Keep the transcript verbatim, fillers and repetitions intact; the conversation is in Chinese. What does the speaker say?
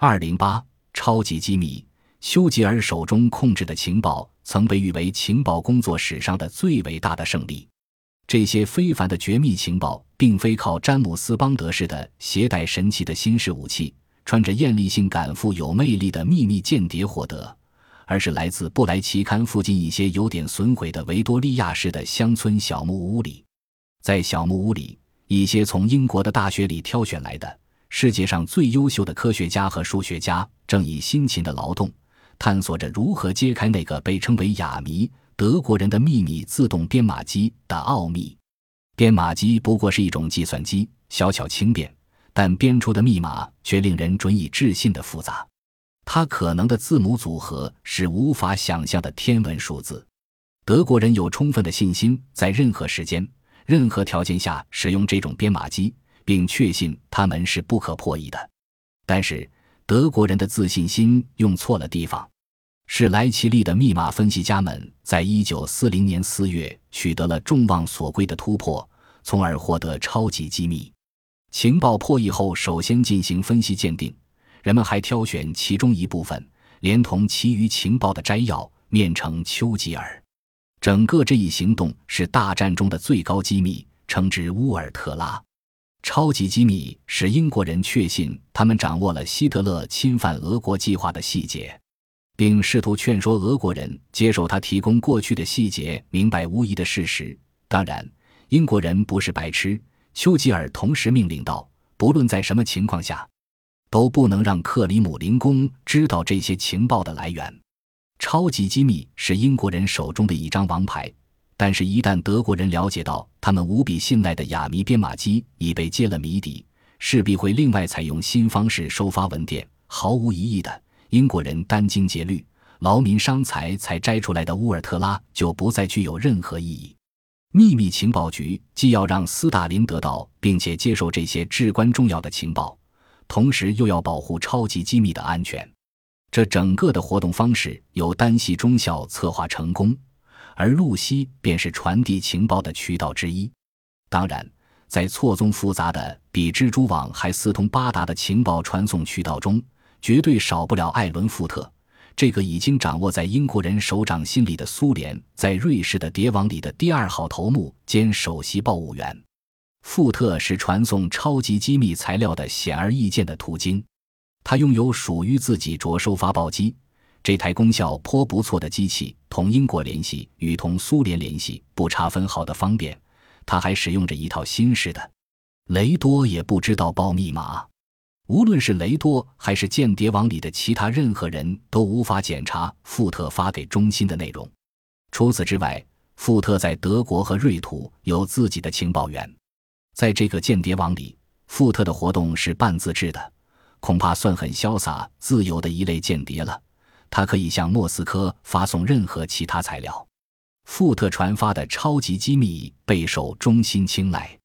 二零八超级机密，丘吉尔手中控制的情报曾被誉为情报工作史上的最伟大的胜利。这些非凡的绝密情报并非靠詹姆斯·邦德式的携带神奇的新式武器，穿着艳丽性感富有魅力的秘密间谍获得，而是来自布莱奇坎附近一些有点损毁的维多利亚式的乡村小木屋里。在小木屋里，一些从英国的大学里挑选来的世界上最优秀的科学家和数学家正以辛勤的劳动探索着如何揭开那个被称为哑谜德国人的秘密自动编码机的奥秘。编码机不过是一种计算机，小巧轻便，但编出的密码却令人准以置信的复杂。它可能的字母组合是无法想象的天文数字。德国人有充分的信心在任何时间、任何条件下使用这种编码机，并确信它们是不可破译的。但是德国人的自信心用错了地方。是莱奇利的密码分析家们在一九四零年四月取得了众望所归的突破，从而获得超级机密。情报破译后首先进行分析鉴定，人们还挑选其中一部分，连同其余情报的摘要面呈丘吉尔。整个这一行动是大战中的最高机密，称之乌尔特拉。超级机密使英国人确信他们掌握了希特勒侵犯俄国计划的细节，并试图劝说俄国人接受他提供过去的细节明白无疑的事实。当然，英国人不是白痴，丘吉尔同时命令道，不论在什么情况下，都不能让克里姆林宫知道这些情报的来源。超级机密是英国人手中的一张王牌，但是一旦德国人了解到他们无比信赖的哑谜编码机已被揭了谜底，势必会另外采用新方式收发文件。毫无疑义的，英国人殚精竭虑、劳民伤财才摘出来的乌尔特拉就不再具有任何意义。秘密情报局既要让斯大林得到并且接受这些至关重要的情报，同时又要保护超级机密的安全。这整个的活动方式由丹西中校策划成功，而露西便是传递情报的渠道之一。当然，在错综复杂的比蜘蛛网还四通八达的情报传送渠道中，绝对少不了艾伦·富特，这个已经掌握在英国人手掌心里的苏联在瑞士的谍网里的第二号头目兼首席报务员。富特是传送超级机密材料的显而易见的途径，他拥有属于自己着收发报机，这台功效颇不错的机器同英国联系与同苏联联系不差分毫的方便。他还使用着一套新式的雷多也不知道报密码，无论是雷多还是间谍网里的其他任何人都无法检查富特发给中心的内容。除此之外，富特在德国和瑞土有自己的情报员。在这个间谍网里，富特的活动是半自制的，恐怕算很潇洒自由的一类间谍了。他可以向莫斯科发送任何其他材料。富特传发的超级机密备受中心青睐。